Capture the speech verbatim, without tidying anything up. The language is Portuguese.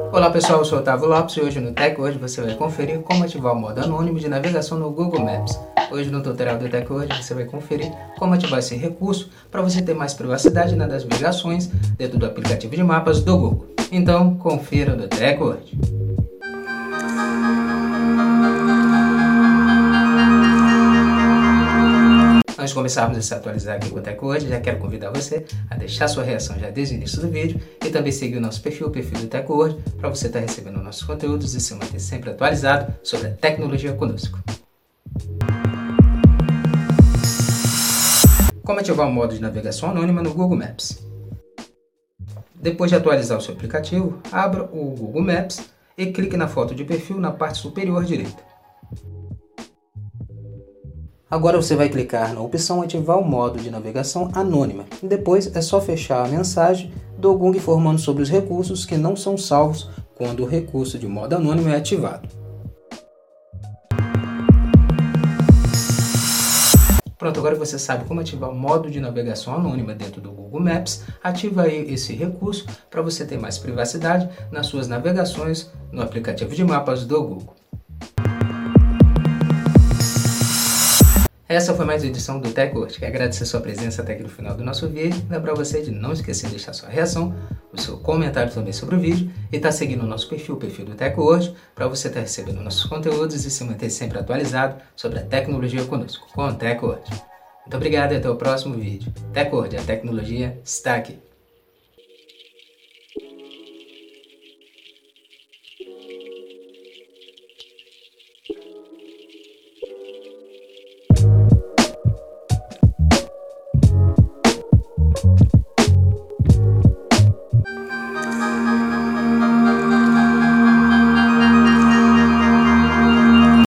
Olá pessoal, eu sou o Otávio Lopes e hoje no TechWord você vai conferir como ativar o modo anônimo de navegação no Google Maps. Hoje no tutorial do TechWord você vai conferir como ativar esse recurso para você ter mais privacidade nas navegações dentro do aplicativo de mapas do Google. Então, confira no TechWord. Antes de começarmos a se atualizar aqui com o TechWord, já quero convidar você a deixar sua reação já desde o início do vídeo e também seguir o nosso perfil, o perfil do TechWord, para você estar recebendo nossos conteúdos e se manter sempre atualizado sobre a tecnologia conosco. Como ativar o modo de navegação anônima no Google Maps? Depois de atualizar o seu aplicativo, abra o Google Maps e clique na foto de perfil na parte superior direita. Agora você vai clicar na opção ativar o modo de navegação anônima. Depois é só fechar a mensagem do Google informando sobre os recursos que não são salvos quando o recurso de modo anônimo é ativado. Pronto, agora você sabe como ativar o modo de navegação anônima dentro do Google Maps. Ativa aí esse recurso para você ter mais privacidade nas suas navegações no aplicativo de mapas do Google. Essa foi mais uma edição do TechWord. Quero agradecer a sua presença até aqui no final do nosso vídeo. Lembrar você de não esquecer de deixar sua reação, o seu comentário também sobre o vídeo e estar tá seguindo o nosso perfil, o perfil do TechWord, para você estar tá recebendo nossos conteúdos e se manter sempre atualizado sobre a tecnologia conosco, com o TechWord. Muito obrigado e até o próximo vídeo. TechWord, a tecnologia está aqui.